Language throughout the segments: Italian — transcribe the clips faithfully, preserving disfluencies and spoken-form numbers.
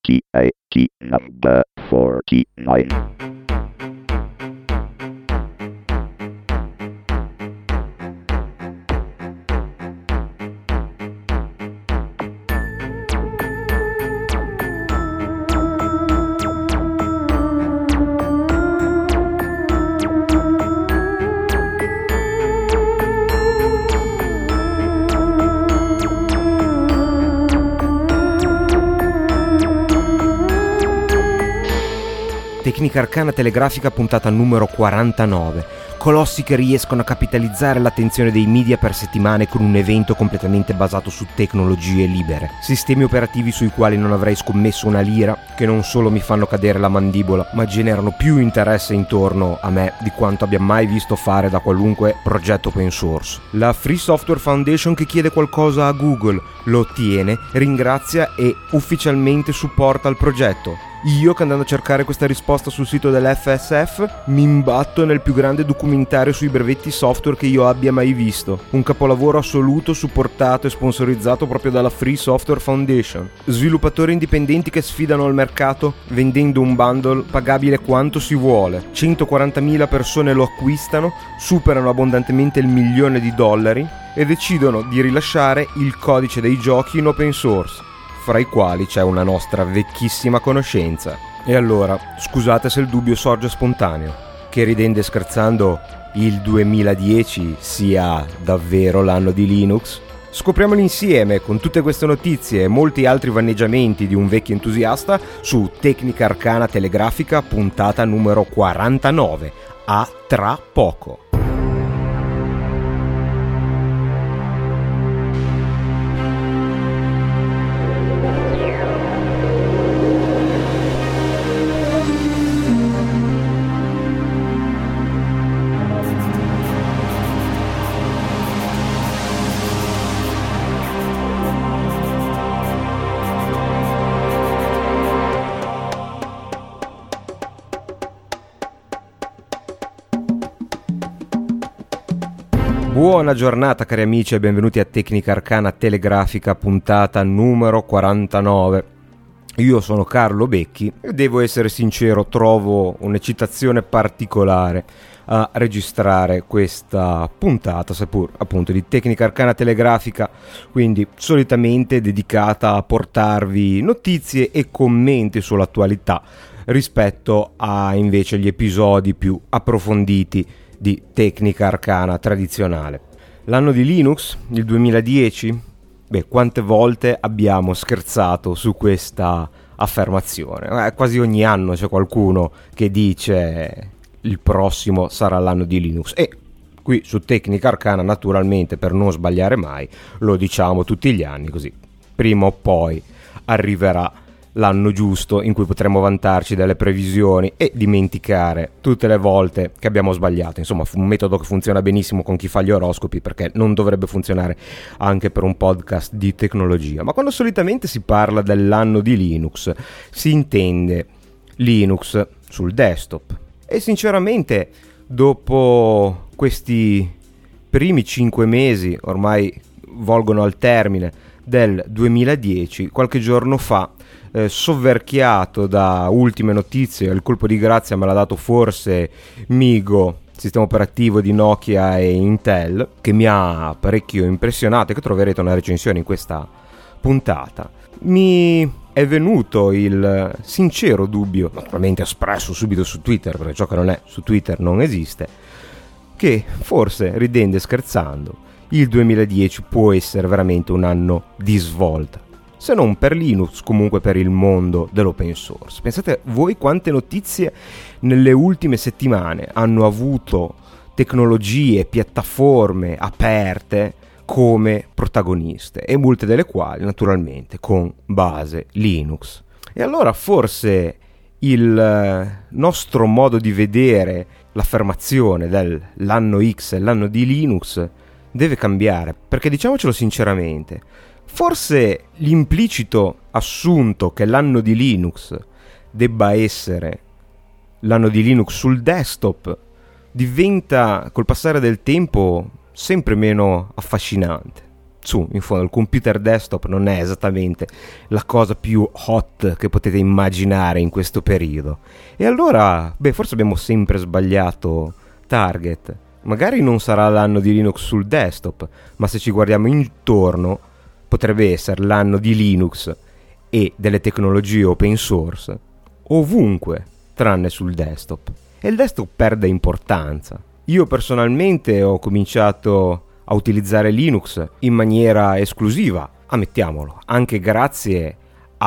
T A T number forty-nine. Tecnica arcana telegrafica puntata numero quarantanove. Colossi che riescono a capitalizzare l'attenzione dei media per settimane con un evento completamente basato su tecnologie libere. Sistemi operativi sui quali non avrei scommesso una lira, che non solo mi fanno cadere la mandibola, ma generano più interesse intorno a me di quanto abbia mai visto fare da qualunque progetto open source. La Free Software Foundation che chiede qualcosa a Google, lo ottiene, ringrazia e ufficialmente supporta il progetto. Io, che andando a cercare questa risposta sul sito dell'F S F, mi imbatto nel più grande documentario sui brevetti software che io abbia mai visto. Un capolavoro assoluto, supportato e sponsorizzato proprio dalla Free Software Foundation. Sviluppatori indipendenti che sfidano il mercato vendendo un bundle pagabile quanto si vuole. centoquarantamila persone lo acquistano, superano abbondantemente il milione di dollari e decidono di rilasciare il codice dei giochi in open source, fra i quali c'è una nostra vecchissima conoscenza. E allora, scusate se il dubbio sorge spontaneo, che ridendo e scherzando il duemiladieci sia davvero l'anno di Linux? Scopriamolo insieme con tutte queste notizie e molti altri vaneggiamenti di un vecchio entusiasta su Tecnica Arcana Telegrafica puntata numero quarantanove. A tra poco. Buona giornata cari amici e benvenuti a Tecnica Arcana Telegrafica puntata numero quarantanove. Io sono Carlo Becchi e devo essere sincero, trovo un'eccitazione particolare a registrare questa puntata, seppur appunto di Tecnica Arcana Telegrafica, quindi solitamente dedicata a portarvi notizie e commenti sull'attualità rispetto a invece gli episodi più approfonditi di Tecnica Arcana tradizionale. L'anno di Linux, il duemiladieci? Beh, quante volte abbiamo scherzato su questa affermazione? Eh, quasi ogni anno c'è qualcuno che dice il prossimo sarà l'anno di Linux e qui su Tecnica Arcana naturalmente, per non sbagliare mai, lo diciamo tutti gli anni, così prima o poi arriverà l'anno giusto in cui potremo vantarci delle previsioni e dimenticare tutte le volte che abbiamo sbagliato. Insomma, un metodo che funziona benissimo con chi fa gli oroscopi, perché non dovrebbe funzionare anche per un podcast di tecnologia. Ma quando solitamente si parla dell'anno di Linux si intende Linux sul desktop e sinceramente dopo questi primi cinque mesi, ormai volgono al termine, del duemiladieci, qualche giorno fa, Eh, sovverchiato da ultime notizie, il colpo di grazia me l'ha dato forse Migo, sistema operativo di Nokia e Intel, che mi ha parecchio impressionato e che troverete una recensione in questa puntata. Mi è venuto il sincero dubbio, naturalmente espresso subito su Twitter, perché ciò che non è su Twitter non esiste, che forse, ridendo e scherzando, il duemiladieci può essere veramente un anno di svolta. Se non per Linux, comunque per il mondo dell'open source. Pensate voi quante notizie nelle ultime settimane hanno avuto tecnologie, piattaforme aperte come protagoniste, e molte delle quali naturalmente con base Linux. E allora forse il nostro modo di vedere l'affermazione dell'anno X e l'anno di Linux deve cambiare, perché diciamocelo sinceramente, forse l'implicito assunto che l'anno di Linux debba essere l'anno di Linux sul desktop diventa col passare del tempo sempre meno affascinante. su, in fondo il computer desktop non è esattamente la cosa più hot che potete immaginare in questo periodo. E allora, beh, forse abbiamo sempre sbagliato target. Magari non sarà l'anno di Linux sul desktop, ma se ci guardiamo intorno potrebbe essere l'anno di Linux e delle tecnologie open source ovunque, tranne sul desktop. E il desktop perde importanza. Io personalmente ho cominciato a utilizzare Linux in maniera esclusiva, ammettiamolo, anche grazie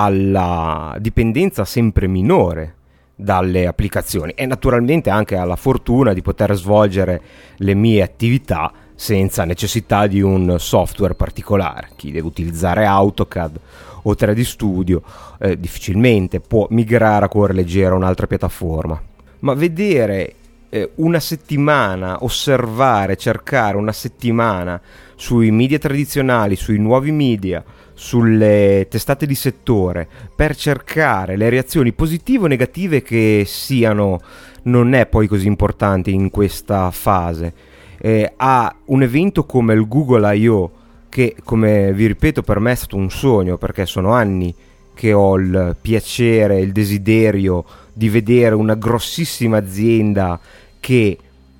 alla dipendenza sempre minore dalle applicazioni e naturalmente anche alla fortuna di poter svolgere le mie attività senza necessità di un software particolare. Chi deve utilizzare AutoCAD o tre D Studio eh, difficilmente può migrare a cuore leggero a un'altra piattaforma, ma vedere eh, una settimana, osservare, cercare una settimana sui media tradizionali, sui nuovi media, sulle testate di settore per cercare le reazioni positive o negative che siano, non è poi così importante in questa fase. Eh, a un evento come il Google I O, che come vi ripeto per me è stato un sogno, perché sono anni che ho il piacere, il desiderio di vedere una grossissima azienda che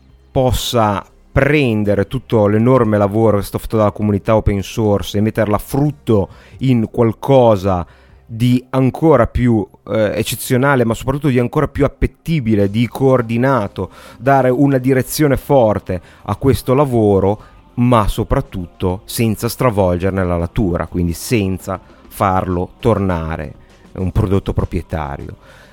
possa prendere tutto l'enorme lavoro che è stato fatto dalla comunità open source e metterla a frutto in qualcosa di ancora più eh, eccezionale, ma soprattutto di ancora più appetibile, di coordinato, dare una direzione forte a questo lavoro, ma soprattutto senza stravolgerne la natura, quindi senza farlo tornare un prodotto proprietario.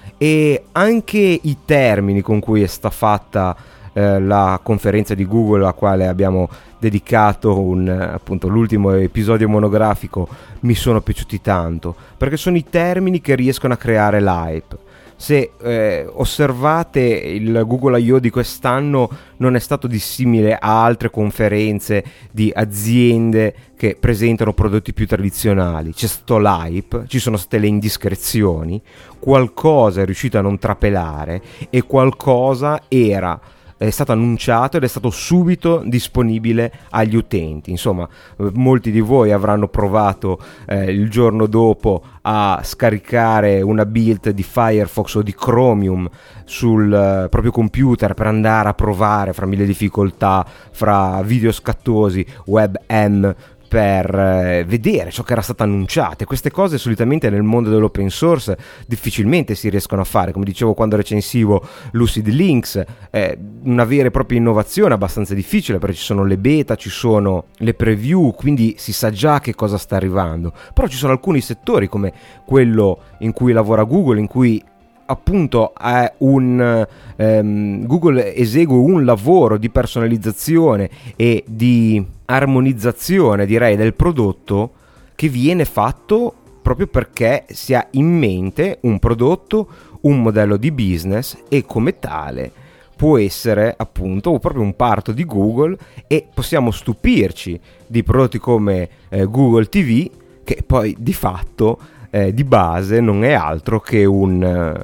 E anche i termini con cui è stata fatta eh, la conferenza di Google, alla quale abbiamo dedicato un, appunto l'ultimo episodio monografico, mi sono piaciuti tanto, perché sono i termini che riescono a creare l'hype. Se eh, osservate il Google I O di quest'anno, non è stato dissimile a altre conferenze di aziende che presentano prodotti più tradizionali. C'è stato l'hype, ci sono state le indiscrezioni, qualcosa è riuscito a non trapelare e qualcosa era è stato annunciato ed è stato subito disponibile agli utenti. Insomma, molti di voi avranno provato eh, il giorno dopo a scaricare una build di Firefox o di Chromium sul eh, proprio computer per andare a provare, fra mille difficoltà, fra video scattosi, webm, per eh, vedere ciò che era stato annunciato. E queste cose solitamente nel mondo dell'open source difficilmente si riescono a fare. Come dicevo quando recensivo Lucid Links, è una vera e propria innovazione abbastanza difficile, perché ci sono le beta, ci sono le preview, quindi si sa già che cosa sta arrivando. Però ci sono alcuni settori, come quello in cui lavora Google, in cui appunto è un ehm, Google esegue un lavoro di personalizzazione e di armonizzazione, direi, del prodotto, che viene fatto proprio perché si ha in mente un prodotto, un modello di business, e come tale può essere appunto proprio un parto di Google, e possiamo stupirci di prodotti come eh, Google T V, che poi di fatto eh, di base non è altro che un,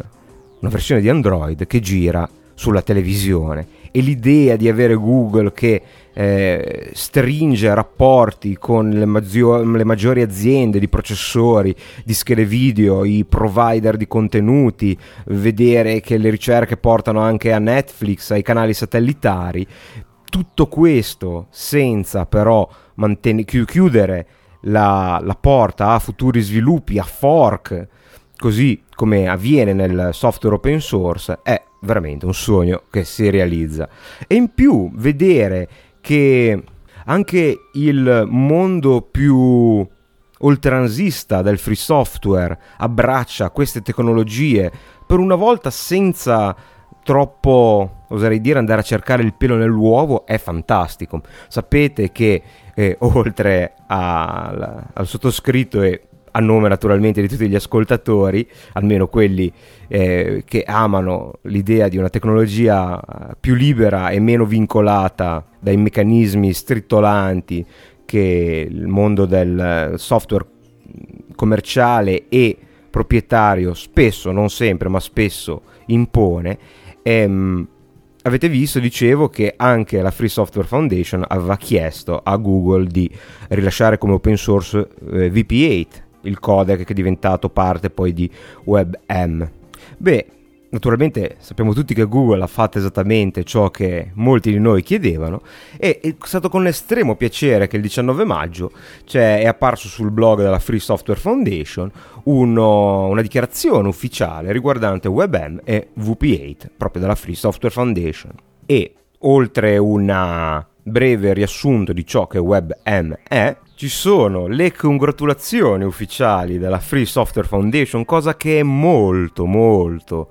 una versione di Android che gira sulla televisione. E l'idea di avere Google che eh, stringe rapporti con le, maggior, le maggiori aziende di processori, di schede video, i provider di contenuti, vedere che le ricerche portano anche a Netflix, ai canali satellitari, tutto questo senza però manten- chiudere la, la porta a futuri sviluppi, a fork, così come avviene nel software open source, è veramente un sogno che si realizza. E in più vedere che anche il mondo più oltranzista del free software abbraccia queste tecnologie, per una volta senza troppo, oserei dire, andare a cercare il pelo nell'uovo, è fantastico. Sapete che eh, oltre al, al sottoscritto e a nome naturalmente di tutti gli ascoltatori, almeno quelli eh, che amano l'idea di una tecnologia più libera e meno vincolata dai meccanismi strittolanti che il mondo del software commerciale e proprietario spesso, non sempre, ma spesso impone, ehm, avete visto, dicevo, che anche la Free Software Foundation aveva chiesto a Google di rilasciare come open source eh, V P otto, il codec che è diventato parte poi di WebM. Beh, naturalmente sappiamo tutti che Google ha fatto esattamente ciò che molti di noi chiedevano, e è stato con estremo piacere che il diciannove maggio cioè, è apparso sul blog della Free Software Foundation uno, una dichiarazione ufficiale riguardante WebM e V P otto proprio della Free Software Foundation. E oltre un breve riassunto di ciò che WebM è, ci sono le congratulazioni ufficiali della Free Software Foundation, cosa che è molto molto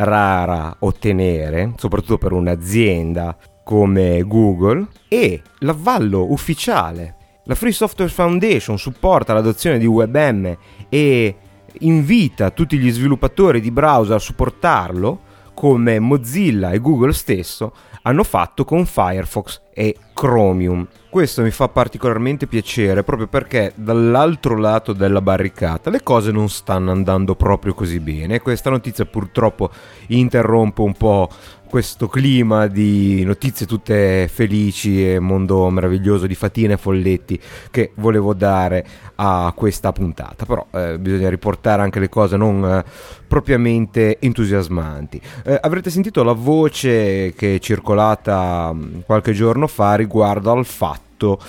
rara ottenere, soprattutto per un'azienda come Google, e l'avvallo ufficiale. La Free Software Foundation supporta l'adozione di WebM e invita tutti gli sviluppatori di browser a supportarlo, come Mozilla e Google stesso hanno fatto con Firefox e Chromium. Questo mi fa particolarmente piacere proprio perché dall'altro lato della barricata le cose non stanno andando proprio così bene. Questa notizia purtroppo interrompe un po' questo clima di notizie tutte felici e mondo meraviglioso di Fatina e Folletti che volevo dare a questa puntata, però eh, bisogna riportare anche le cose non eh, propriamente entusiasmanti. Eh, avrete sentito la voce che è circolata mh, qualche giorno fa riguardo al fatto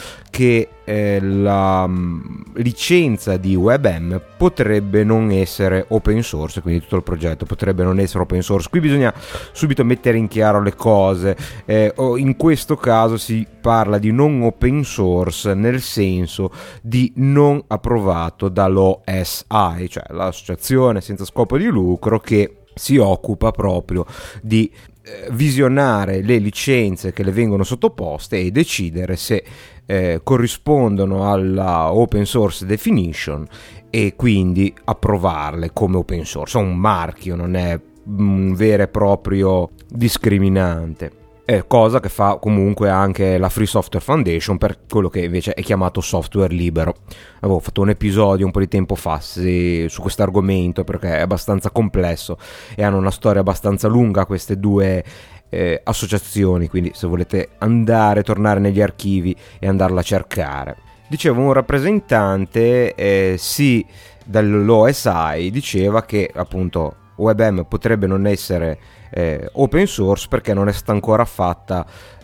che eh, la um, licenza di WebM potrebbe non essere open source, quindi tutto il progetto potrebbe non essere open source. Qui bisogna subito mettere in chiaro le cose. Eh, in questo caso si parla di non open source nel senso di non approvato dall'O S I, cioè l'associazione senza scopo di lucro che si occupa proprio di visionare le licenze che le vengono sottoposte e decidere se eh, corrispondono alla open source definition e quindi approvarle come open source. È un marchio, non è un vero e proprio discriminante. È cosa che fa comunque anche la Free Software Foundation per quello che invece è chiamato software libero. Avevo fatto un episodio un po' di tempo fa se, su questo argomento perché è abbastanza complesso e hanno una storia abbastanza lunga queste due eh, associazioni, quindi se volete andare, tornare negli archivi e andarla a cercare. Dicevo, un rappresentante eh, sì dell'O S I diceva che appunto WebM potrebbe non essere eh, open source perché non è stata ancora fatta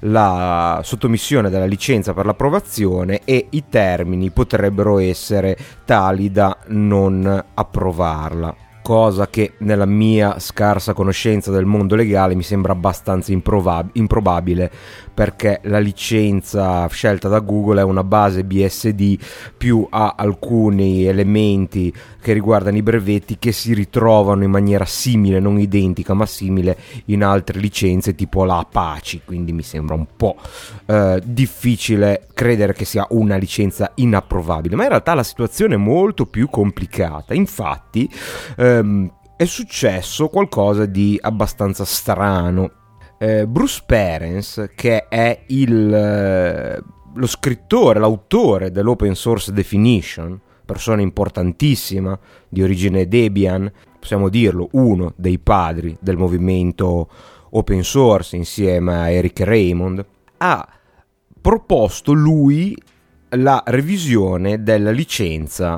la sottomissione della licenza per l'approvazione e i termini potrebbero essere tali da non approvarla, cosa che nella mia scarsa conoscenza del mondo legale mi sembra abbastanza improbab- improbabile perché la licenza scelta da Google è una base B S D più ha alcuni elementi che riguardano i brevetti che si ritrovano in maniera simile, non identica ma simile in altre licenze tipo la Apache, quindi mi sembra un po' eh, difficile credere che sia una licenza inapprovabile, ma in realtà la situazione è molto più complicata. Infatti ehm, è successo qualcosa di abbastanza strano. Eh, Bruce Perens, che è il, eh, lo scrittore, l'autore dell'Open Source Definition, persona importantissima di origine Debian, possiamo dirlo, uno dei padri del movimento open source insieme a Eric Raymond, ha proposto lui la revisione della licenza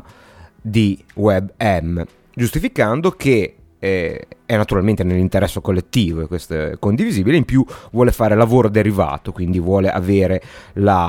di WebM, giustificando che eh, è naturalmente nell'interesse collettivo e questo è condivisibile, in più vuole fare lavoro derivato, quindi vuole avere la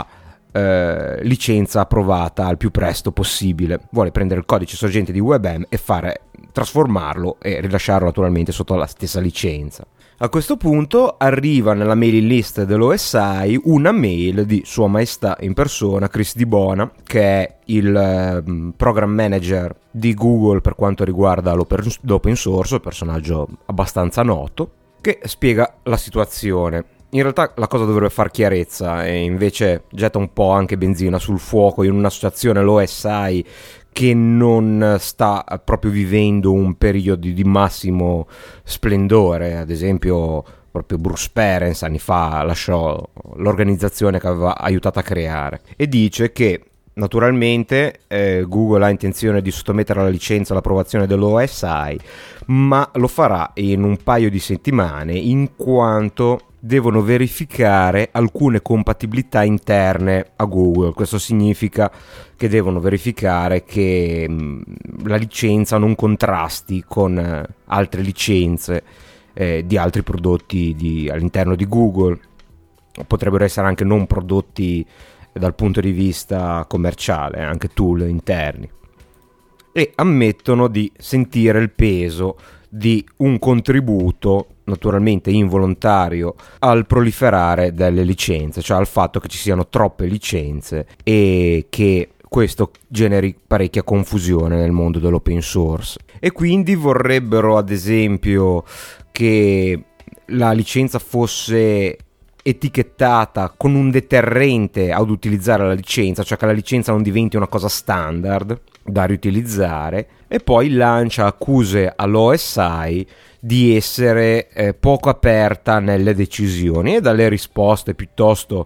eh, licenza approvata al più presto possibile, vuole prendere il codice sorgente di WebM e fare trasformarlo e rilasciarlo naturalmente sotto la stessa licenza. A questo punto arriva nella mailing list dell'O S I una mail di Sua Maestà in persona, Chris Di Bona, che è il eh, program manager di Google per quanto riguarda l'open, l'open source, un personaggio abbastanza noto, che spiega la situazione. In realtà la cosa dovrebbe far chiarezza e invece getta un po' anche benzina sul fuoco in un'associazione, l'O S I, che non sta proprio vivendo un periodo di massimo splendore. Ad esempio proprio Bruce Perens anni fa lasciò l'organizzazione che aveva aiutato a creare e dice che naturalmente eh, Google ha intenzione di sottomettere la licenza all'approvazione dell'O S I, ma lo farà in un paio di settimane in quanto devono verificare alcune compatibilità interne a Google. Questo significa che devono verificare che mh, la licenza non contrasti con eh, altre licenze eh, di altri prodotti di, all'interno di Google. Potrebbero essere anche non prodotti dal punto di vista commerciale, anche tool interni. E ammettono di sentire il peso di un contributo, naturalmente involontario, al proliferare delle licenze, cioè al fatto che ci siano troppe licenze e che questo generi parecchia confusione nel mondo dell'open source. E quindi vorrebbero, ad esempio, che la licenza fosse etichettata con un deterrente ad utilizzare la licenza, cioè che la licenza non diventi una cosa standard da riutilizzare, e poi lancia accuse all'O S I di essere eh, poco aperta nelle decisioni, e dalle risposte piuttosto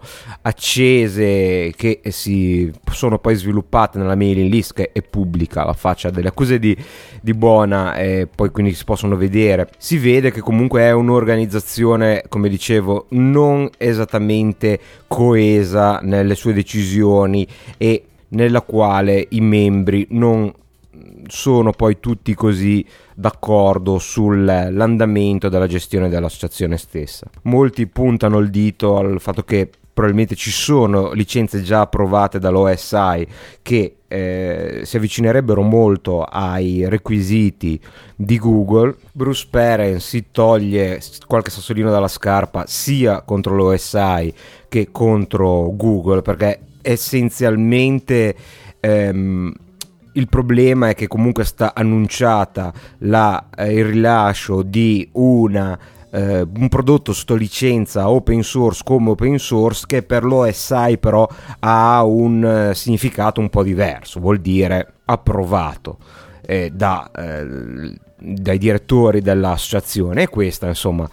accese che si sono poi sviluppate nella mailing list, che è pubblica la faccia delle accuse di, di Bona, e poi quindi si possono vedere, si vede che comunque è un'organizzazione, come dicevo, non esattamente coesa nelle sue decisioni e nella quale i membri non sono poi tutti così d'accordo sull'andamento della gestione dell'associazione stessa. Molti puntano il dito al fatto che probabilmente ci sono licenze già approvate dall'O S I che eh, si avvicinerebbero molto ai requisiti di Google. Bruce Perens si toglie qualche sassolino dalla scarpa sia contro l'O S I che contro Google, perché essenzialmente ehm, il problema è che comunque sta annunciata la, eh, il rilascio di una eh, un prodotto sotto licenza open source come open source, che per l'O S I però ha un eh, significato un po' diverso, vuol dire approvato eh, da eh, dai direttori dell'associazione, e questa insomma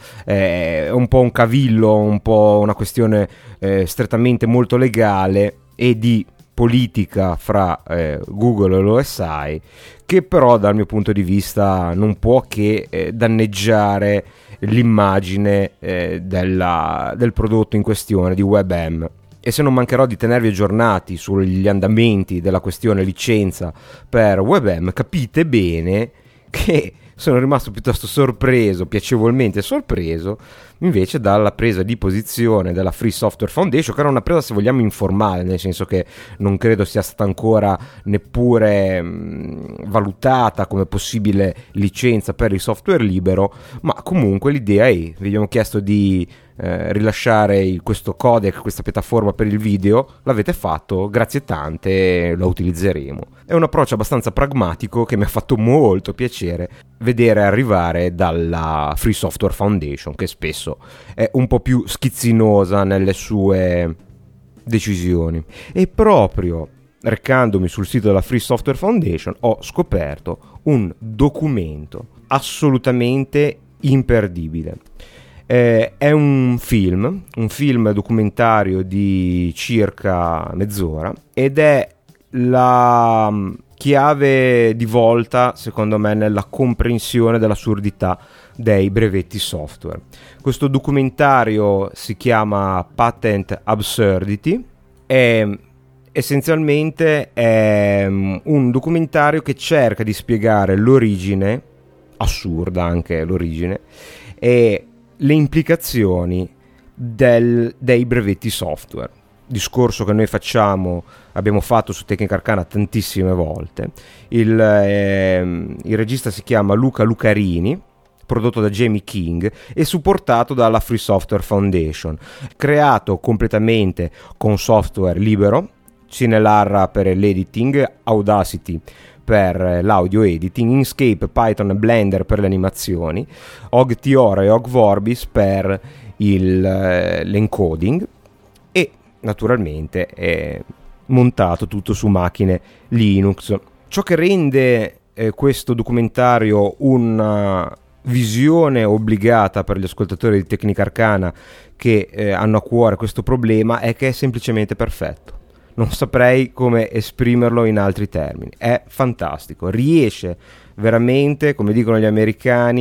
è un po' un cavillo, un po' una questione eh, strettamente molto legale e di politica fra eh, Google e l'O S I, che però dal mio punto di vista non può che eh, danneggiare l'immagine eh, della, del prodotto in questione di WebM. E se non mancherò di tenervi aggiornati sugli andamenti della questione licenza per WebM, capite bene che sono rimasto piuttosto sorpreso, piacevolmente sorpreso, invece dalla presa di posizione della Free Software Foundation, che era una presa, se vogliamo, informale, nel senso che non credo sia stata ancora neppure mh, valutata come possibile licenza per il software libero, ma comunque l'idea è: vi abbiamo chiesto di eh, rilasciare il, questo codec, questa piattaforma per il video, l'avete fatto, grazie tante, la utilizzeremo. È un approccio abbastanza pragmatico che mi ha fatto molto piacere vedere arrivare dalla Free Software Foundation, che spesso è un po' più schizzinosa nelle sue decisioni. E proprio recandomi sul sito della Free Software Foundation ho scoperto un documento assolutamente imperdibile. Eh, è un film, un film documentario di circa mezz'ora, ed è la chiave di volta, secondo me, nella comprensione dell'assurdità dei brevetti software. Questo documentario si chiama Patent Absurdity e essenzialmente è un documentario che cerca di spiegare l'origine, assurda anche l'origine, e le implicazioni del, dei brevetti software. Discorso che noi facciamo, abbiamo fatto su Tecnica Arcana tantissime volte. Il, eh, il regista si chiama Luca Lucarini, prodotto da Jamie King e supportato dalla Free Software Foundation, creato completamente con software libero, Cinelarra per l'editing, Audacity per l'audio editing, Inkscape, Python e Blender per le animazioni, Ogtheora e Ogvorbis per il, eh, l'encoding, e naturalmente è montato tutto su macchine Linux. Ciò che rende eh, questo documentario una visione obbligata per gli ascoltatori di Tecnica Arcana che eh, hanno a cuore questo problema è che è semplicemente perfetto. Non saprei come esprimerlo in altri termini. È fantastico, riesce veramente, come dicono gli americani,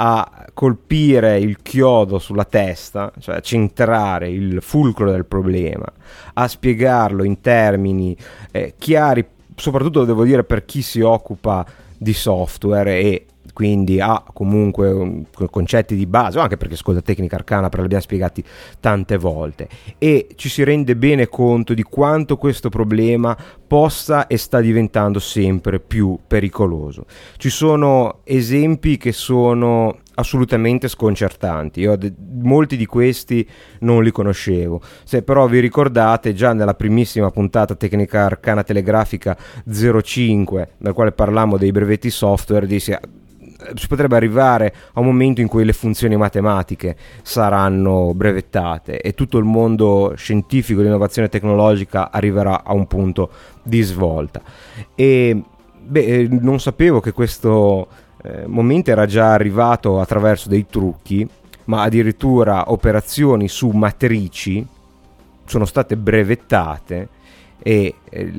a colpire il chiodo sulla testa, cioè a centrare il fulcro del problema, a spiegarlo in termini eh, chiari, soprattutto devo dire per chi si occupa di software e quindi ha comunque un, concetti di base, o anche perché ascolta Tecnica Arcana, perché l'abbiamo spiegati tante volte, e ci si rende bene conto di quanto questo problema possa e sta diventando sempre più pericoloso. Ci sono esempi che sono assolutamente sconcertanti. Io de- molti di questi non li conoscevo. Se però vi ricordate, già nella primissima puntata Tecnica Arcana Telegrafica zero cinque, nel quale parlammo dei brevetti software, dissi si potrebbe arrivare a un momento in cui le funzioni matematiche saranno brevettate e tutto il mondo scientifico di innovazione tecnologica arriverà a un punto di svolta. E beh, non sapevo che questo eh, momento era già arrivato attraverso dei trucchi, ma addirittura operazioni su matrici sono state brevettate e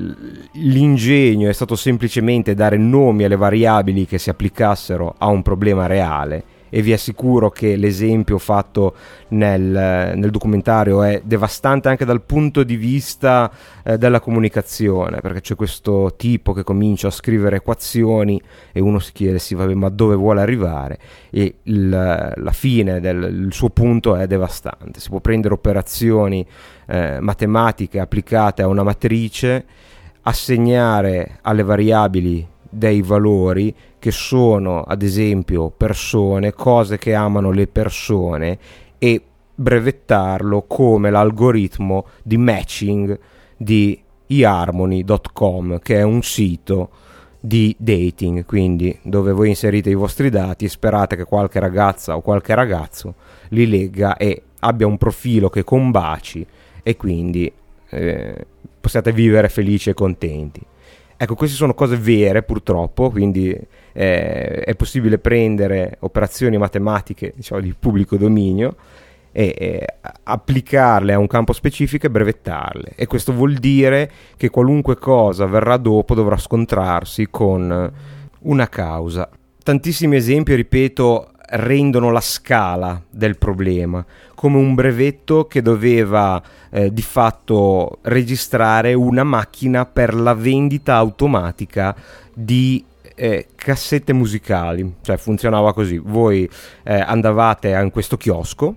l'ingegno è stato semplicemente dare nomi alle variabili che si applicassero a un problema reale, e vi assicuro che l'esempio fatto nel, nel documentario è devastante anche dal punto di vista eh, della comunicazione, perché c'è questo tipo che comincia a scrivere equazioni e uno si chiede sì, vabbè, ma dove vuole arrivare, e il, la fine del il suo punto è devastante. Si può prendere operazioni eh, matematiche applicate a una matrice, assegnare alle variabili dei valori che sono ad esempio persone, cose che amano le persone, e brevettarlo come l'algoritmo di matching di e harmony punto com, che è un sito di dating, quindi dove voi inserite i vostri dati e sperate che qualche ragazza o qualche ragazzo li legga e abbia un profilo che combaci, e quindi eh, possiate vivere felici e contenti. Ecco, queste sono cose vere purtroppo, quindi eh, è possibile prendere operazioni matematiche, diciamo, di pubblico dominio e eh, applicarle a un campo specifico e brevettarle, e questo vuol dire che qualunque cosa verrà dopo dovrà scontrarsi con una causa. Tantissimi esempi, ripeto, rendono la scala del problema, come un brevetto che doveva eh, di fatto registrare una macchina per la vendita automatica di eh, cassette musicali. Cioè funzionava così: voi eh, andavate in questo chiosco,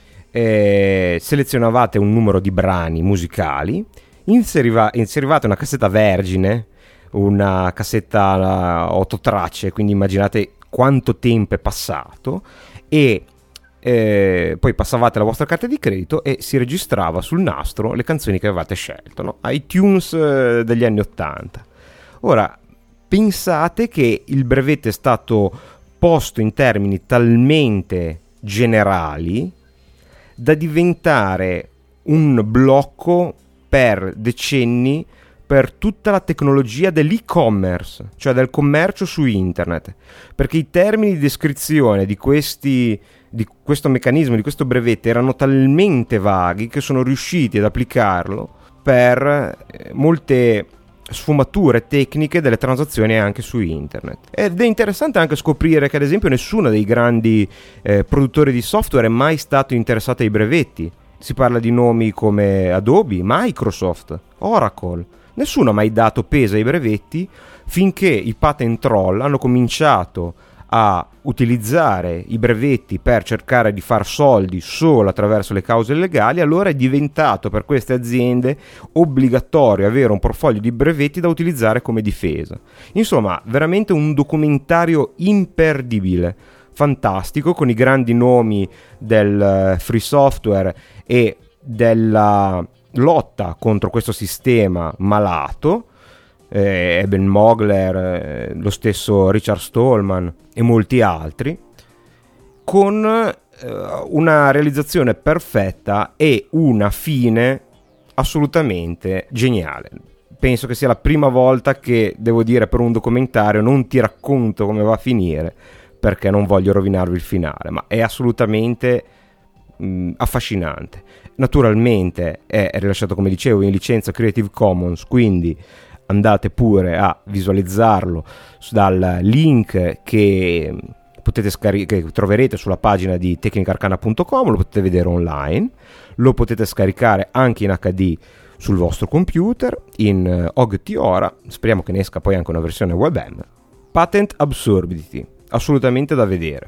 eh, selezionavate un numero di brani musicali, inseriva, inserivate una cassetta vergine, una cassetta uh, otto tracce, quindi immaginate quanto tempo è passato, e eh, poi passavate la vostra carta di credito e si registrava sul nastro le canzoni che avevate scelto, no? iTunes eh, degli anni ottanta. Ora pensate che il brevetto è stato posto in termini talmente generali da diventare un blocco per decenni per tutta la tecnologia dell'e-commerce, cioè del commercio su internet, perché i termini di descrizione di questi di questo meccanismo, di questo brevetto, erano talmente vaghi che sono riusciti ad applicarlo per eh, molte sfumature tecniche delle transazioni anche su internet. Ed è interessante anche scoprire che ad esempio nessuno dei grandi eh, produttori di software è mai stato interessato ai brevetti. Si parla di nomi come Adobe, Microsoft, Oracle. Nessuno ha mai dato peso ai brevetti finché i patent troll hanno cominciato a utilizzare i brevetti per cercare di far soldi solo attraverso le cause legali. Allora è diventato per queste aziende obbligatorio avere un portfolio di brevetti da utilizzare come difesa. Insomma, veramente un documentario imperdibile, fantastico, con i grandi nomi del free software e della lotta contro questo sistema malato, eh, Ben Mogler, eh, lo stesso Richard Stallman e molti altri, con eh, una realizzazione perfetta e una fine assolutamente geniale. Penso che sia la prima volta che, devo dire, per un documentario non ti racconto come va a finire, perché non voglio rovinarvi il finale, ma è assolutamente mh, affascinante. Naturalmente è rilasciato, come dicevo, in licenza Creative Commons, quindi andate pure a visualizzarlo dal link che potete scari- che troverete sulla pagina di tecnica arcana punto com, lo potete vedere online, lo potete scaricare anche in acca di sul vostro computer in uh, O G Theora, speriamo che ne esca poi anche una versione WebM. Patent Absurdity, assolutamente da vedere.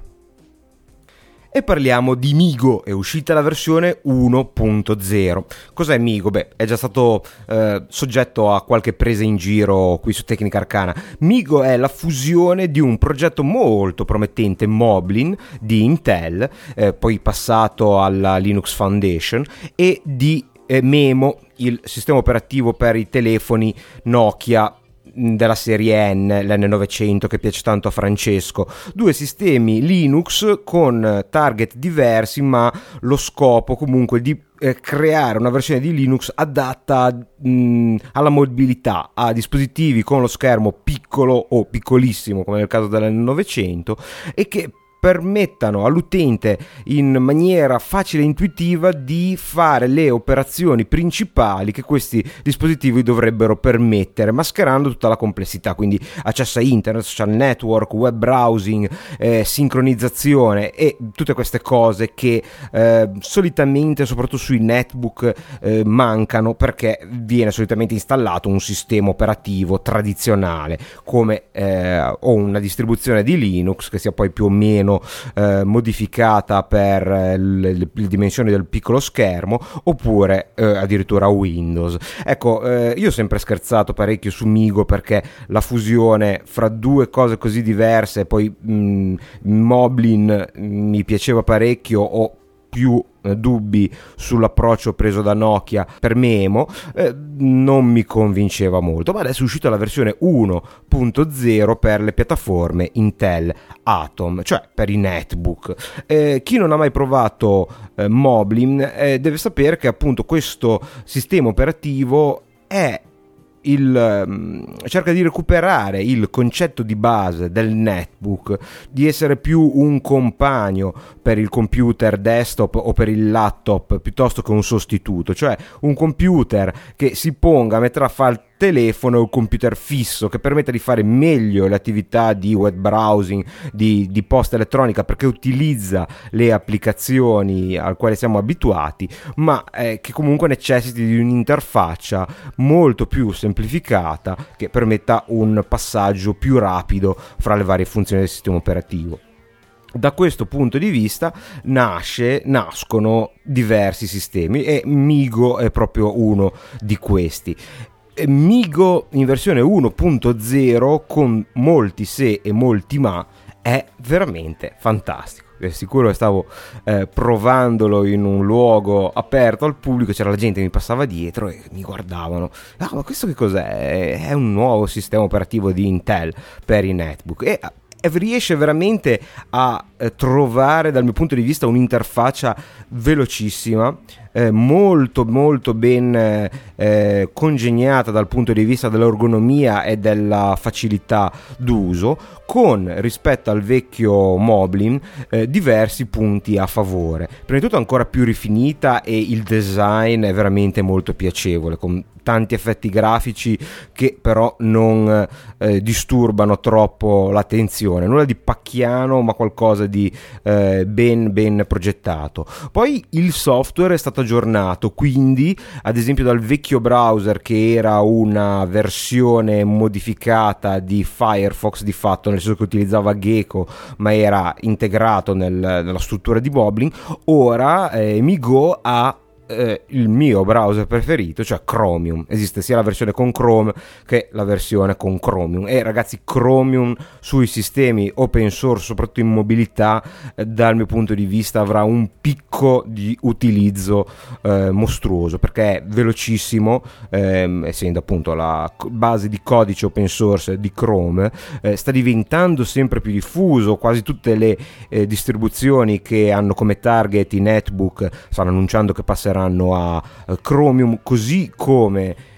E parliamo di Migo, è uscita la versione uno punto zero. Cos'è Migo? Beh, è già stato eh, soggetto a qualche presa in giro qui su Tecnica Arcana. Migo è la fusione di un progetto molto promettente, Moblin, di Intel, eh, poi passato alla Linux Foundation, e di eh, Memo, il sistema operativo per i telefoni Nokia della serie N, l'N novecento, che piace tanto a Francesco. Due sistemi Linux con target diversi, ma lo scopo comunque di eh, creare una versione di Linux adatta mh, alla mobilità, a dispositivi con lo schermo piccolo o piccolissimo, come nel caso dell'N novecento, e che permettano all'utente in maniera facile e intuitiva di fare le operazioni principali che questi dispositivi dovrebbero permettere, mascherando tutta la complessità, quindi accesso a internet, social network, web browsing, eh, sincronizzazione e tutte queste cose che eh, solitamente, soprattutto sui netbook, eh, mancano, perché viene solitamente installato un sistema operativo tradizionale come eh, o una distribuzione di Linux che sia poi più o meno Eh, modificata per eh, le, le dimensioni del piccolo schermo, oppure eh, addirittura Windows. Ecco, eh, io ho sempre scherzato parecchio su Migo, perché la fusione fra due cose così diverse, poi mh, Moblin mi piaceva parecchio, o più eh, dubbi sull'approccio preso da Nokia per Memo, eh, non mi convinceva molto, ma adesso è uscita la versione uno punto zero per le piattaforme Intel Atom, cioè per i netbook. Eh, chi non ha mai provato eh, Moblin eh, deve sapere che appunto questo sistema operativo è Il, cerca di recuperare il concetto di base del netbook, di essere più un compagno per il computer desktop o per il laptop piuttosto che un sostituto, cioè un computer che si ponga a mettere a fare telefono, un computer fisso che permette di fare meglio le attività di web browsing, di, di posta elettronica, perché utilizza le applicazioni al quale siamo abituati, ma eh, che comunque necessiti di un'interfaccia molto più semplificata che permetta un passaggio più rapido fra le varie funzioni del sistema operativo. Da questo punto di vista nasce, nascono diversi sistemi e Migo è proprio uno di questi. Migo in versione uno punto zero, con molti se e molti ma, è veramente fantastico. È sicuro che stavo eh, provandolo in un luogo aperto al pubblico, c'era la gente che mi passava dietro e mi guardavano. Ah, ma questo che cos'è? È un nuovo sistema operativo di Intel per i netbook e riesce veramente a eh, trovare, dal mio punto di vista, un'interfaccia velocissima, eh, molto molto ben eh, congegnata dal punto di vista dell'ergonomia e della facilità d'uso, con, rispetto al vecchio Moblin, eh, diversi punti a favore. Prima di tutto ancora più rifinita, e il design è veramente molto piacevole, con tanti effetti grafici che però non eh, disturbano troppo l'attenzione, nulla di pacchiano ma qualcosa di eh, ben ben progettato. Poi il software è stato aggiornato, quindi ad esempio dal vecchio browser, che era una versione modificata di Firefox di fatto, nel senso che utilizzava Gecko ma era integrato nel, nella struttura di Moblin, ora eh, Migo ha Eh, il mio browser preferito, cioè Chromium. Esiste sia la versione con Chrome che la versione con Chromium, e ragazzi, Chromium sui sistemi open source, soprattutto in mobilità, eh, dal mio punto di vista avrà un picco di utilizzo eh, mostruoso, perché è velocissimo, ehm, essendo appunto la base di codice open source di Chrome, eh, sta diventando sempre più diffuso. Quasi tutte le eh, distribuzioni che hanno come target i netbook stanno annunciando che passeranno a Chromium, così come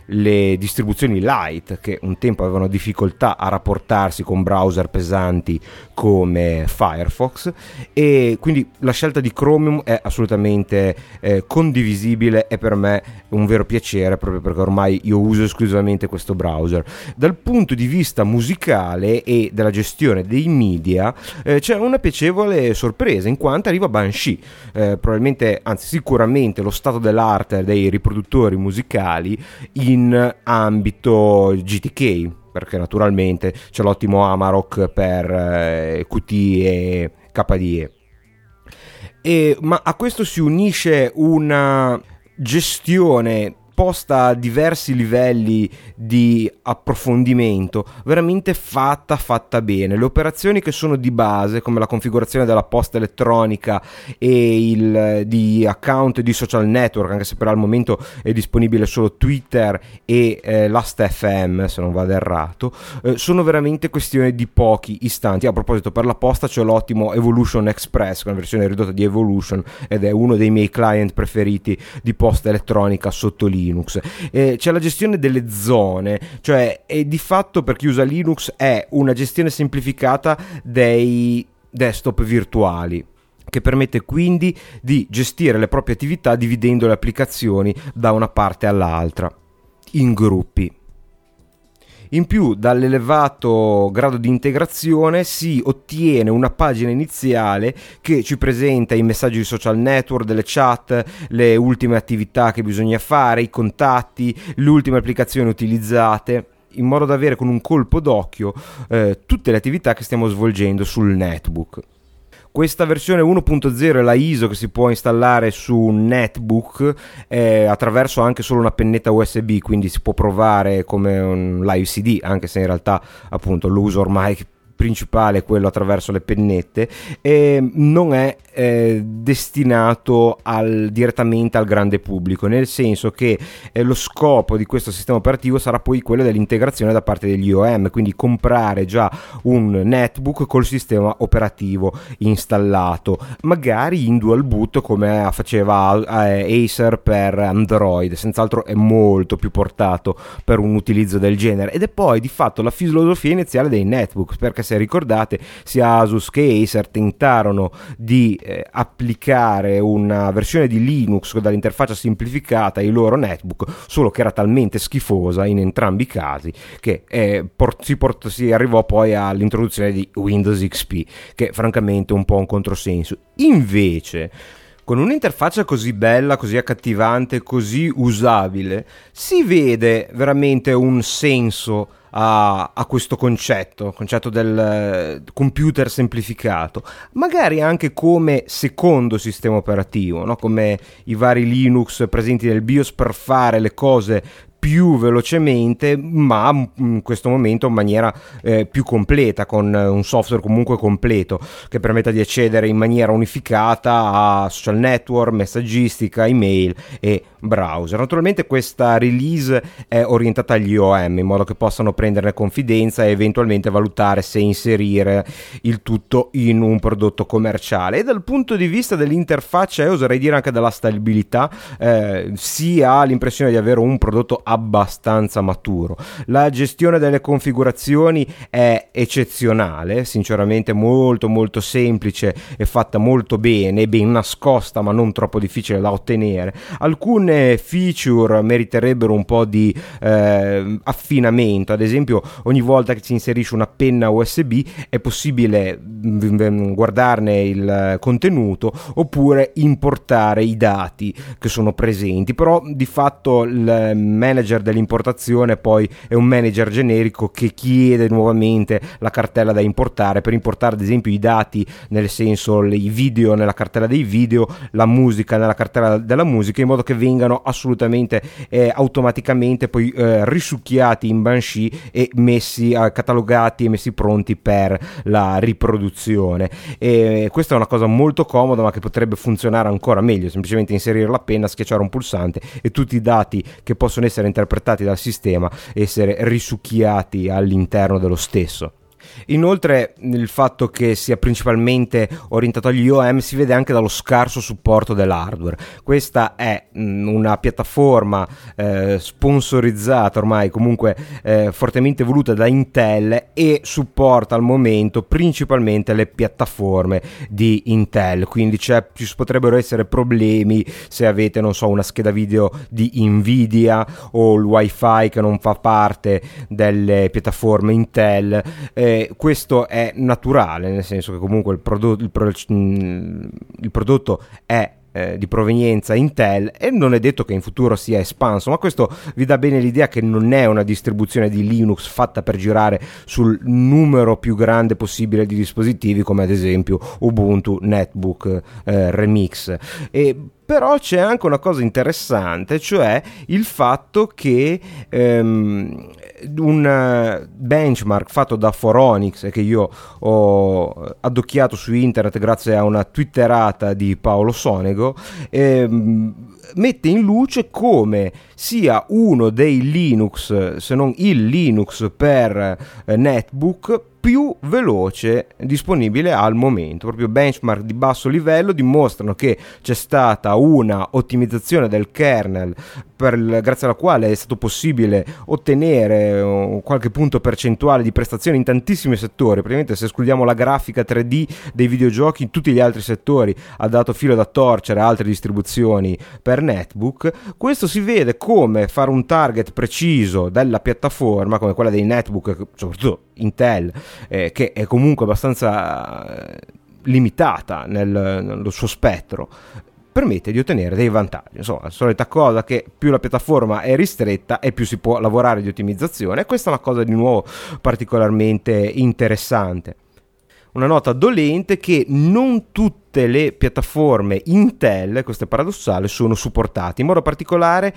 le distribuzioni light, che un tempo avevano difficoltà a rapportarsi con browser pesanti come Firefox, e quindi la scelta di Chromium è assolutamente eh, condivisibile e per me un vero piacere, proprio perché ormai io uso esclusivamente questo browser. Dal punto di vista musicale e della gestione dei media eh, c'è una piacevole sorpresa, in quanto arriva Banshee, eh, probabilmente, anzi sicuramente lo stato dell'arte dei riproduttori musicali in ambito G T K, perché naturalmente c'è l'ottimo Amarok per eh, Qt e K D E. E, ma a questo si unisce una gestione posta a diversi livelli di approfondimento, veramente fatta fatta bene. Le operazioni che sono di base, come la configurazione della posta elettronica e il di account di social network, anche se per al momento è disponibile solo Twitter e eh, Last F M, se non vado errato, eh, sono veramente questioni di pochi istanti. A proposito, per la posta c'è l'ottimo Evolution Express, una versione ridotta di Evolution, ed è uno dei miei client preferiti di posta elettronica sotto Linux. Eh, c'è la gestione delle zone, cioè è di fatto, per chi usa Linux, è una gestione semplificata dei desktop virtuali, che permette quindi di gestire le proprie attività dividendo le applicazioni da una parte all'altra in gruppi. In più, dall'elevato grado di integrazione si ottiene una pagina iniziale che ci presenta i messaggi di social network, delle chat, le ultime attività che bisogna fare, i contatti, le ultime applicazioni utilizzate, in modo da avere con un colpo d'occhio eh, tutte le attività che stiamo svolgendo sul netbook. Questa versione uno punto zero è la I S O che si può installare su un netbook eh, attraverso anche solo una pennetta U S B, quindi si può provare come un live C D, anche se in realtà appunto l'uso ormai principale è quello attraverso le pennette, e non è eh, destinato al, direttamente al grande pubblico, nel senso che eh, lo scopo di questo sistema operativo sarà poi quello dell'integrazione da parte degli O E M, quindi comprare già un netbook col sistema operativo installato, magari in dual boot come faceva eh, Acer per Android. Senz'altro è molto più portato per un utilizzo del genere, ed è poi di fatto la filosofia iniziale dei netbook, perché se ricordate sia Asus che Acer tentarono di eh, applicare una versione di Linux dall'interfaccia semplificata ai loro netbook, solo che era talmente schifosa in entrambi i casi che eh, port- si, port- si arrivò poi all'introduzione di Windows X P, che francamente è un po' un controsenso. Invece, con un'interfaccia così bella, così accattivante, così usabile, si vede veramente un senso a, a questo concetto, concetto del computer semplificato, magari anche come secondo sistema operativo, no? Come i vari Linux presenti nel BIOS per fare le cose più velocemente, ma in questo momento in maniera eh, più completa, con un software comunque completo che permetta di accedere in maniera unificata a social network, messaggistica, email e browser. Naturalmente questa release è orientata agli O E M, in modo che possano prenderne confidenza e eventualmente valutare se inserire il tutto in un prodotto commerciale. E dal punto di vista dell'interfaccia e oserei dire anche della stabilità, eh, si ha l'impressione di avere un prodotto abbastanza maturo. La gestione delle configurazioni è eccezionale, sinceramente molto molto semplice e fatta molto bene, ben nascosta ma non troppo difficile da ottenere. Alcune feature meriterebbero un po' di eh, affinamento, ad esempio ogni volta che si inserisce una penna U S B è possibile guardarne il contenuto oppure importare i dati che sono presenti, però di fatto il manager dell'importazione poi è un manager generico che chiede nuovamente la cartella da importare per importare ad esempio i dati, nel senso i video nella cartella dei video, la musica nella cartella della musica, in modo che vengano assolutamente eh, automaticamente poi eh, risucchiati in Banshee e messi eh, catalogati e messi pronti per la riproduzione. E questa è una cosa molto comoda, ma che potrebbe funzionare ancora meglio, semplicemente inserire la penna, schiacciare un pulsante e tutti i dati che possono essere interpretati dal sistema essere risucchiati all'interno dello stesso. Inoltre il fatto che sia principalmente orientato agli O E M si vede anche dallo scarso supporto dell'hardware. Questa è mh, una piattaforma eh, sponsorizzata ormai, comunque eh, fortemente voluta da Intel, e supporta al momento principalmente le piattaforme di Intel, quindi c'è, ci potrebbero essere problemi se avete, non so, una scheda video di Nvidia o il Wi-Fi che non fa parte delle piattaforme Intel. Eh, questo è naturale, nel senso che comunque il, prodotto, il, pro, il prodotto è eh, di provenienza Intel e non è detto che in futuro sia espanso, ma questo vi dà bene l'idea che non è una distribuzione di Linux fatta per girare sul numero più grande possibile di dispositivi, come ad esempio Ubuntu Netbook eh, Remix. E però c'è anche una cosa interessante, cioè il fatto che um, un benchmark fatto da Phoronix, e che io ho addocchiato su internet grazie a una twitterata di Paolo Sonego, ehm, mette in luce come sia uno dei Linux, se non il Linux per eh, netbook più veloce disponibile al momento. Proprio benchmark di basso livello dimostrano che c'è stata una ottimizzazione del kernel per, grazie alla quale è stato possibile ottenere uh, qualche punto percentuale di prestazione in tantissimi settori. Praticamente, se escludiamo la grafica tre D dei videogiochi, in tutti gli altri settori ha dato filo da torcere a altre distribuzioni per netbook. Questo si vede come fare un target preciso della piattaforma, come quella dei netbook, soprattutto Intel, eh, che è comunque abbastanza eh, limitata nel, nello suo spettro, permette di ottenere dei vantaggi. Insomma, la solita cosa che più la piattaforma è ristretta e più si può lavorare di ottimizzazione, e questa è una cosa di nuovo particolarmente interessante. Una nota dolente che non tutte le piattaforme Intel, questo è paradossale, sono supportate. In modo particolare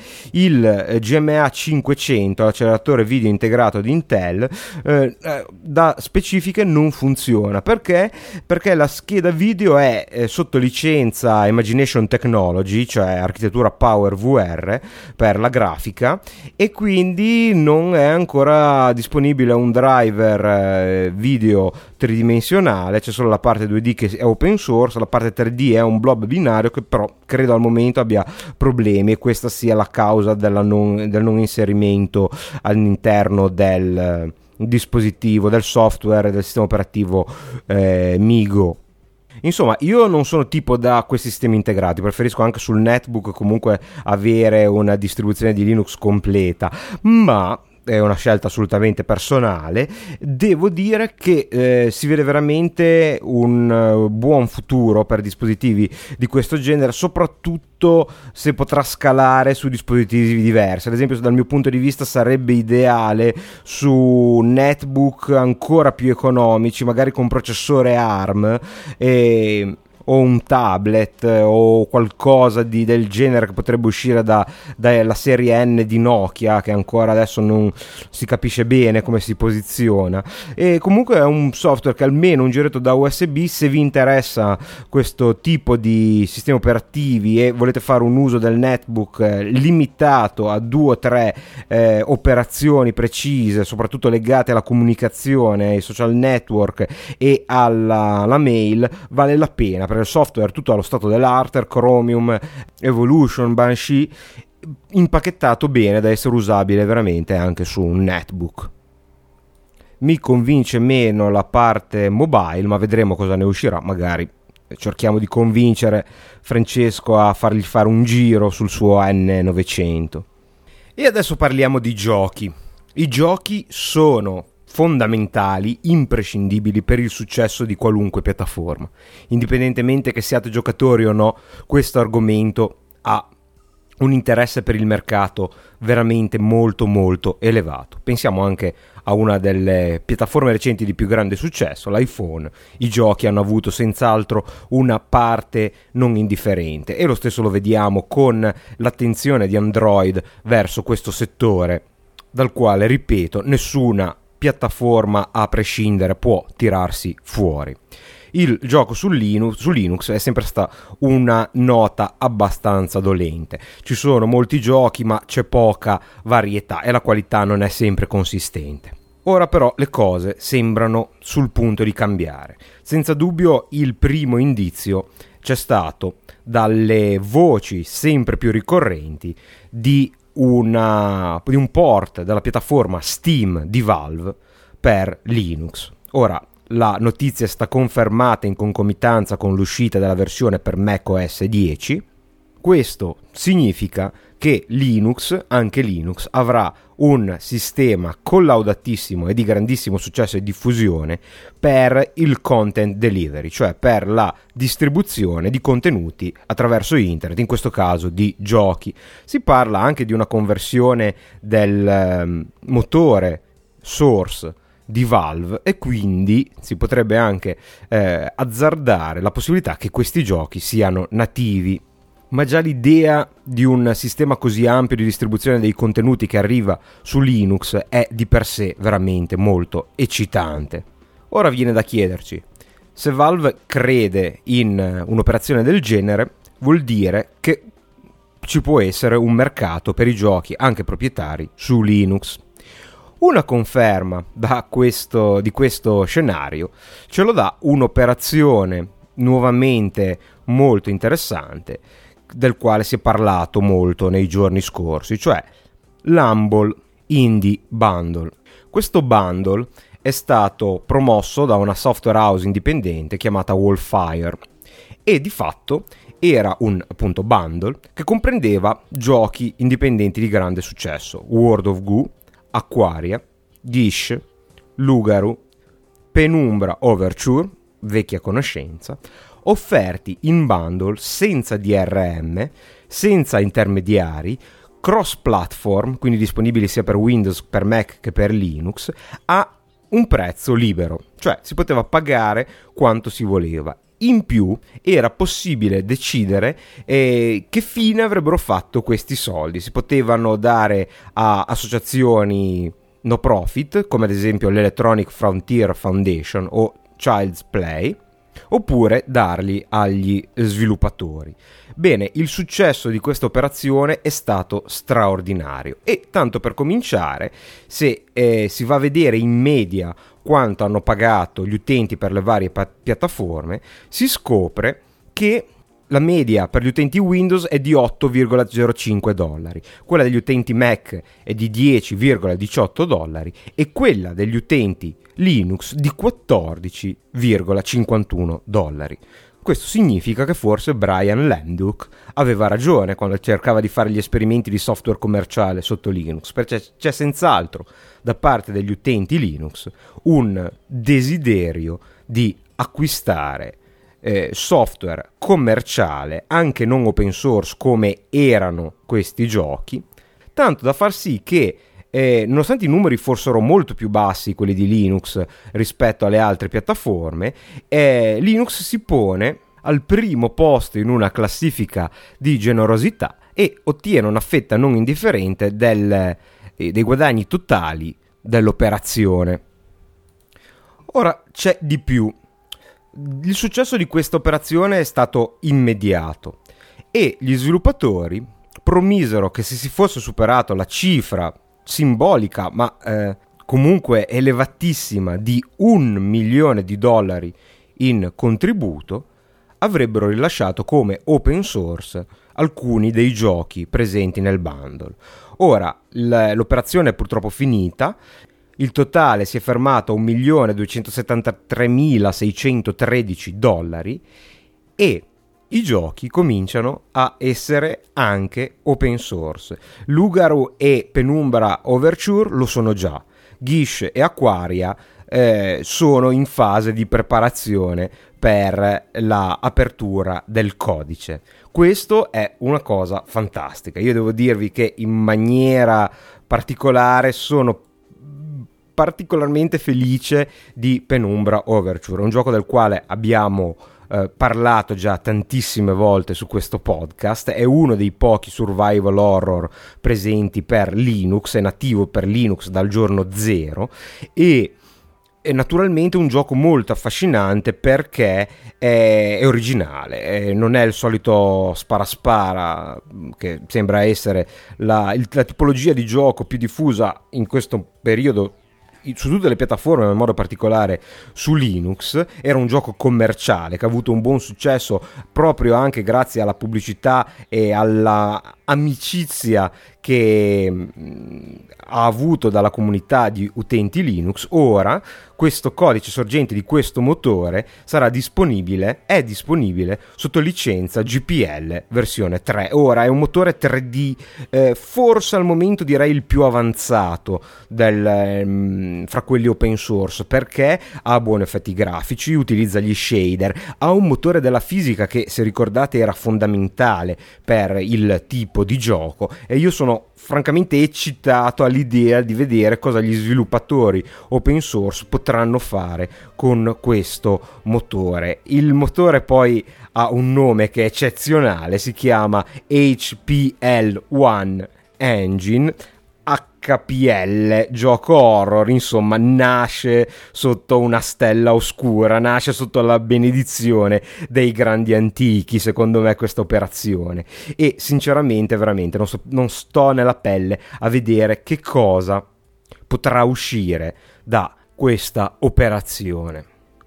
il G M A cinquecento, l'acceleratore video integrato di Intel, eh, da specifiche non funziona. Perché? Perché la scheda video è eh, sotto licenza Imagination Technology, cioè architettura Power V R per la grafica, e quindi non è ancora disponibile un driver eh, video tridimensionale. C'è solo la parte due D che è open source, la parte tre D è un blob binario che però credo al momento abbia problemi, e questa sia la causa della non, del non inserimento all'interno del dispositivo, del software, del sistema operativo eh, Migo. Insomma, io non sono tipo da questi sistemi integrati, preferisco anche sul netbook comunque avere una distribuzione di Linux completa, ma è una scelta assolutamente personale. Devo dire che eh, si vede veramente un uh, buon futuro per dispositivi di questo genere, soprattutto se potrà scalare su dispositivi diversi. Ad esempio, dal mio punto di vista sarebbe ideale su netbook ancora più economici, magari con processore ARM e o un tablet o qualcosa di, del genere, che potrebbe uscire da, dalla serie N di Nokia, che ancora adesso non si capisce bene come si posiziona. E comunque è un software che almeno un giretto da U S B, se vi interessa questo tipo di sistemi operativi e volete fare un uso del netbook eh, limitato a due o tre eh, operazioni precise, soprattutto legate alla comunicazione, ai social network e alla, alla mail, vale la pena. Per il software tutto allo stato dell'arte, Chromium, Evolution, Banshee, impacchettato bene da essere usabile veramente anche su un netbook. Mi convince meno la parte mobile, ma vedremo cosa ne uscirà. Magari cerchiamo di convincere Francesco a fargli fare un giro sul suo N novecento. E adesso parliamo di giochi. I giochi sono fondamentali, imprescindibili per il successo di qualunque piattaforma. Indipendentemente che siate giocatori o no, questo argomento ha un interesse per il mercato veramente molto molto elevato. Pensiamo anche a una delle piattaforme recenti di più grande successo, l'iPhone. I giochi hanno avuto senz'altro una parte non indifferente, e lo stesso lo vediamo con l'attenzione di Android verso questo settore, dal quale, ripeto, nessuna piattaforma a prescindere può tirarsi fuori. Il gioco su Linux, su Linux è sempre stata una nota abbastanza dolente. Ci sono molti giochi, ma c'è poca varietà e la qualità non è sempre consistente. Ora però le cose sembrano sul punto di cambiare. Senza dubbio il primo indizio c'è stato dalle voci sempre più ricorrenti di, una, di un port della piattaforma Steam di Valve per Linux. Ora, la notizia è stata confermata in concomitanza con l'uscita della versione per macOS dieci. Questo significa che Linux, anche Linux, avrà un sistema collaudatissimo e di grandissimo successo e diffusione per il content delivery, cioè per la distribuzione di contenuti attraverso internet, in questo caso di giochi. Si parla anche di una conversione del um, motore source di Valve e quindi si potrebbe anche eh, azzardare la possibilità che questi giochi siano nativi. Ma già l'idea di un sistema così ampio di distribuzione dei contenuti che arriva su Linux è di per sé veramente molto eccitante. Ora viene da chiederci, se Valve crede in un'operazione del genere, vuol dire che ci può essere un mercato per i giochi anche proprietari su Linux. Una conferma da questo, di questo scenario ce lo dà un'operazione nuovamente molto interessante, del quale si è parlato molto nei giorni scorsi, cioè l'Humble Indie Bundle. Questo bundle è stato promosso da una software house indipendente chiamata Wallfire e di fatto era un appunto bundle che comprendeva giochi indipendenti di grande successo: World of Goo, Aquaria, Gish, Lugaru, Penumbra Overture, vecchia conoscenza, offerti in bundle senza D R M, senza intermediari, cross-platform, quindi disponibili sia per Windows, per Mac che per Linux, a un prezzo libero, cioè si poteva pagare quanto si voleva. In più era possibile decidere eh, che fine avrebbero fatto questi soldi. Si potevano dare a associazioni no profit, come ad esempio l'Electronic Frontier Foundation o Child's Play, oppure darli agli sviluppatori. Bene, il successo di questa operazione è stato straordinario e tanto per cominciare, se eh, si va a vedere in media quanto hanno pagato gli utenti per le varie pa- piattaforme, si scopre che la media per gli utenti Windows è di otto virgola zero cinque dollari, quella degli utenti Mac è di dieci virgola diciotto dollari e quella degli utenti Linux di quattordici virgola cinquantuno dollari. Questo significa che forse Brian Lemduck aveva ragione quando cercava di fare gli esperimenti di software commerciale sotto Linux, perché c'è senz'altro da parte degli utenti Linux un desiderio di acquistare Eh, software commerciale anche non open source come erano questi giochi, tanto da far sì che eh, nonostante i numeri fossero molto più bassi quelli di Linux rispetto alle altre piattaforme, eh, Linux si pone al primo posto in una classifica di generosità e ottiene una fetta non indifferente del, eh, dei guadagni totali dell'operazione. Ora c'è di più. Il successo di questa operazione è stato immediato e gli sviluppatori promisero che se si fosse superato la cifra simbolica ma eh, comunque elevatissima di un milione di dollari in contributo, avrebbero rilasciato come open source alcuni dei giochi presenti nel bundle. Ora l- l'operazione è purtroppo finita. Il totale si è fermato a un milione duecentosettantatremilaseicentotredici dollari e i giochi cominciano a essere anche open source. Lugaru e Penumbra Overture lo sono già. Gish e Aquaria eh, sono in fase di preparazione per la apertura del codice. Questo è una cosa fantastica. Io devo dirvi che in maniera particolare sono particolarmente felice di Penumbra Overture, un gioco del quale abbiamo eh, parlato già tantissime volte su questo podcast. È uno dei pochi survival horror presenti per Linux, è nativo per Linux dal giorno zero e è naturalmente un gioco molto affascinante perché è, è originale, è, non è il solito spara-spara che sembra essere la, il, la tipologia di gioco più diffusa in questo periodo su tutte le piattaforme, ma in modo particolare su Linux. Era un gioco commerciale che ha avuto un buon successo proprio anche grazie alla pubblicità e alla amicizia che mh, ha avuto dalla comunità di utenti Linux. Ora questo codice sorgente di questo motore sarà disponibile, è disponibile sotto licenza G P L versione tre. Ora è un motore tre D, eh, forse al momento direi il più avanzato del, mh, fra quelli open source, perché ha buoni effetti grafici, utilizza gli shader, ha un motore della fisica che, se ricordate, era fondamentale per il tipo di gioco, e io sono francamente eccitato all'idea di vedere cosa gli sviluppatori open source potranno fare con questo motore. Il motore poi ha un nome che è eccezionale, si chiama H P L one Engine. H P L, gioco horror, insomma, nasce sotto una stella oscura, nasce sotto la benedizione dei grandi antichi, secondo me, questa operazione. E sinceramente, veramente, non, so, non sto nella pelle a vedere che cosa potrà uscire da questa operazione.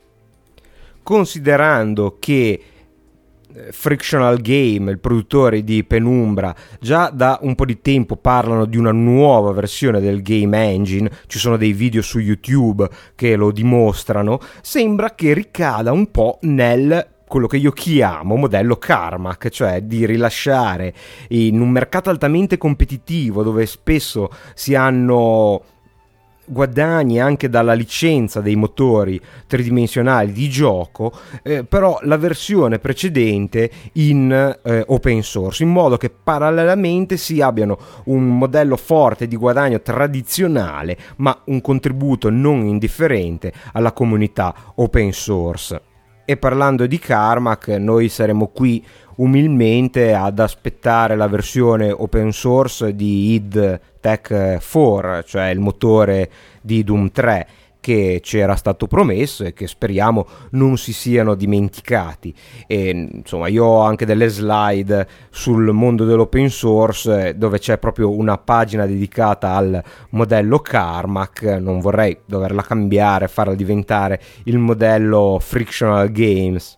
Considerando che Frictional Game, il produttore di Penumbra, già da un po' di tempo parlano di una nuova versione del game engine, ci sono dei video su YouTube che lo dimostrano, sembra che ricada un po' nel quello che io chiamo modello Carmack, cioè di rilasciare in un mercato altamente competitivo, dove spesso si hanno guadagni anche dalla licenza dei motori tridimensionali di gioco, eh, però la versione precedente in eh, open source, in modo che parallelamente si abbiano un modello forte di guadagno tradizionale, ma un contributo non indifferente alla comunità open source. E parlando di Carmack, noi saremo qui umilmente ad aspettare la versione open source di id Tech quattro, cioè il motore di Doom tre, che ci era stato promesso e che speriamo non si siano dimenticati. E insomma, io ho anche delle slide sul mondo dell'open source dove c'è proprio una pagina dedicata al modello Carmack. Non vorrei doverla cambiare, farla diventare il modello Frictional Games,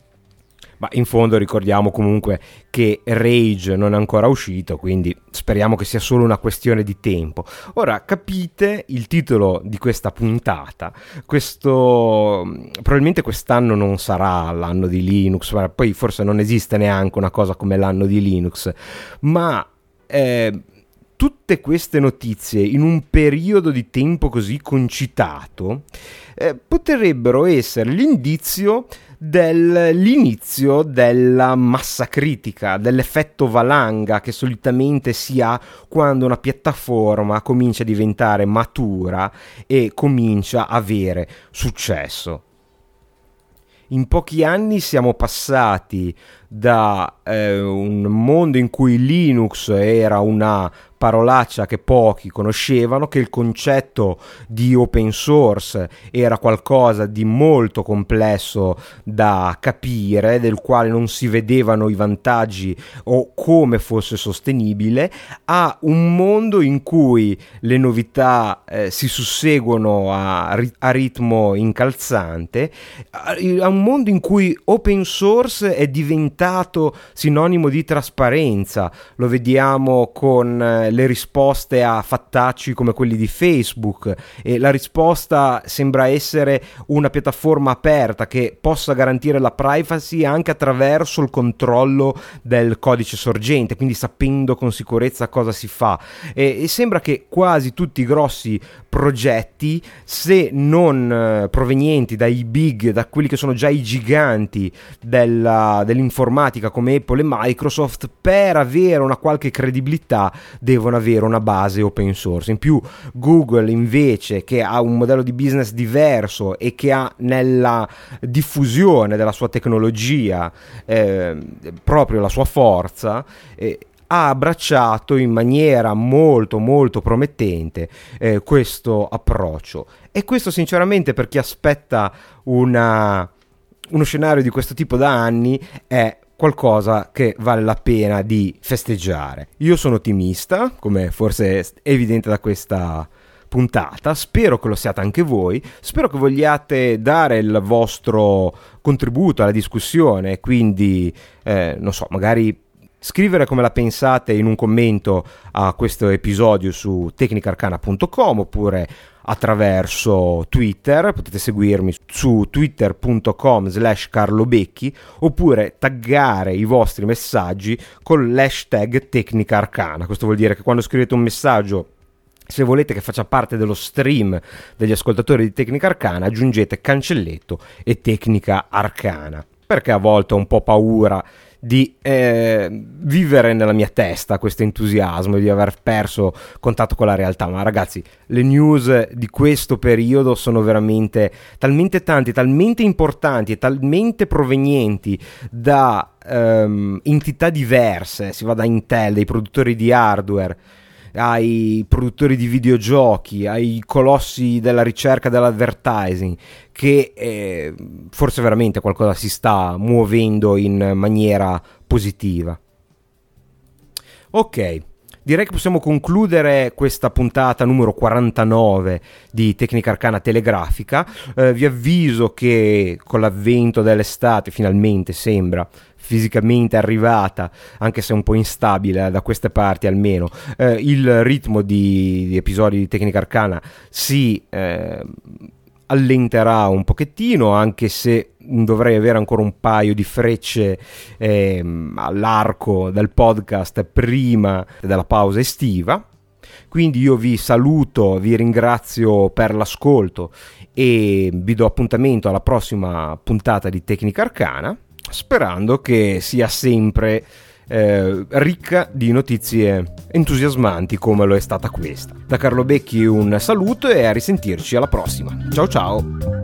ma in fondo ricordiamo comunque che Rage non è ancora uscito, quindi speriamo che sia solo una questione di tempo. Ora capite il titolo di questa puntata. Questo probabilmente quest'anno non sarà l'anno di Linux, ma poi forse non esiste neanche una cosa come l'anno di Linux, ma eh, tutte queste notizie in un periodo di tempo così concitato eh, potrebbero essere l'indizio dell'inizio della massa critica, dell'effetto valanga che solitamente si ha quando una piattaforma comincia a diventare matura e comincia a avere successo. In pochi anni siamo passati da eh, un mondo in cui Linux era una parolaccia che pochi conoscevano, che il concetto di open source era qualcosa di molto complesso da capire, del quale non si vedevano i vantaggi o come fosse sostenibile, a un mondo in cui le novità eh, si susseguono a, rit- a ritmo incalzante, a, a un mondo in cui open source è diventato sinonimo di trasparenza. Lo vediamo con eh, le risposte a fattacci come quelli di Facebook, e la risposta sembra essere una piattaforma aperta che possa garantire la privacy anche attraverso il controllo del codice sorgente, quindi sapendo con sicurezza cosa si fa, e, e sembra che quasi tutti i grossi progetti, se non eh, provenienti dai big, da quelli che sono già i giganti della, dell'informatica come Apple e Microsoft, per avere una qualche credibilità devono avere una base open source. In più Google, invece, che ha un modello di business diverso e che ha nella diffusione della sua tecnologia eh, proprio la sua forza, eh, ha abbracciato in maniera molto molto promettente eh, questo approccio. E questo sinceramente, per chi aspetta una, uno scenario di questo tipo da anni, è qualcosa che vale la pena di festeggiare. Io sono ottimista, come forse è evidente da questa puntata, spero che lo siate anche voi, spero che vogliate dare il vostro contributo alla discussione, quindi eh, non so, magari scrivere come la pensate in un commento a questo episodio su tecnicarcana punto com oppure attraverso Twitter, potete seguirmi su twitter punto com slash carlobecchi oppure taggare i vostri messaggi con l'hashtag tecnicarcana. Questo vuol dire che quando scrivete un messaggio, se volete che faccia parte dello stream degli ascoltatori di Tecnica Arcana, aggiungete cancelletto e Tecnica Arcana, perché a volte ho un po' paura di eh, vivere nella mia testa questo entusiasmo e di aver perso contatto con la realtà. Ma ragazzi, le news di questo periodo sono veramente talmente tanti, talmente importanti e talmente provenienti da ehm, entità diverse. Si va da Intel, dai produttori di hardware, ai produttori di videogiochi, ai colossi della ricerca e dell'advertising, che eh, forse veramente qualcosa si sta muovendo in maniera positiva. Ok, direi che possiamo concludere questa puntata numero quarantanove di Tecnica Arcana Telegrafica. Eh, vi avviso che con l'avvento dell'estate finalmente sembra fisicamente arrivata, anche se un po' instabile da queste parti almeno, eh, il ritmo di, di episodi di Tecnica Arcana si eh, allenterà un pochettino, anche se dovrei avere ancora un paio di frecce eh, all'arco del podcast prima della pausa estiva. Quindi io vi saluto, vi ringrazio per l'ascolto e vi do appuntamento alla prossima puntata di Tecnica Arcana, sperando che sia sempre eh, ricca di notizie entusiasmanti come lo è stata questa. Da Carlo Becchi un saluto e a risentirci alla prossima. Ciao ciao!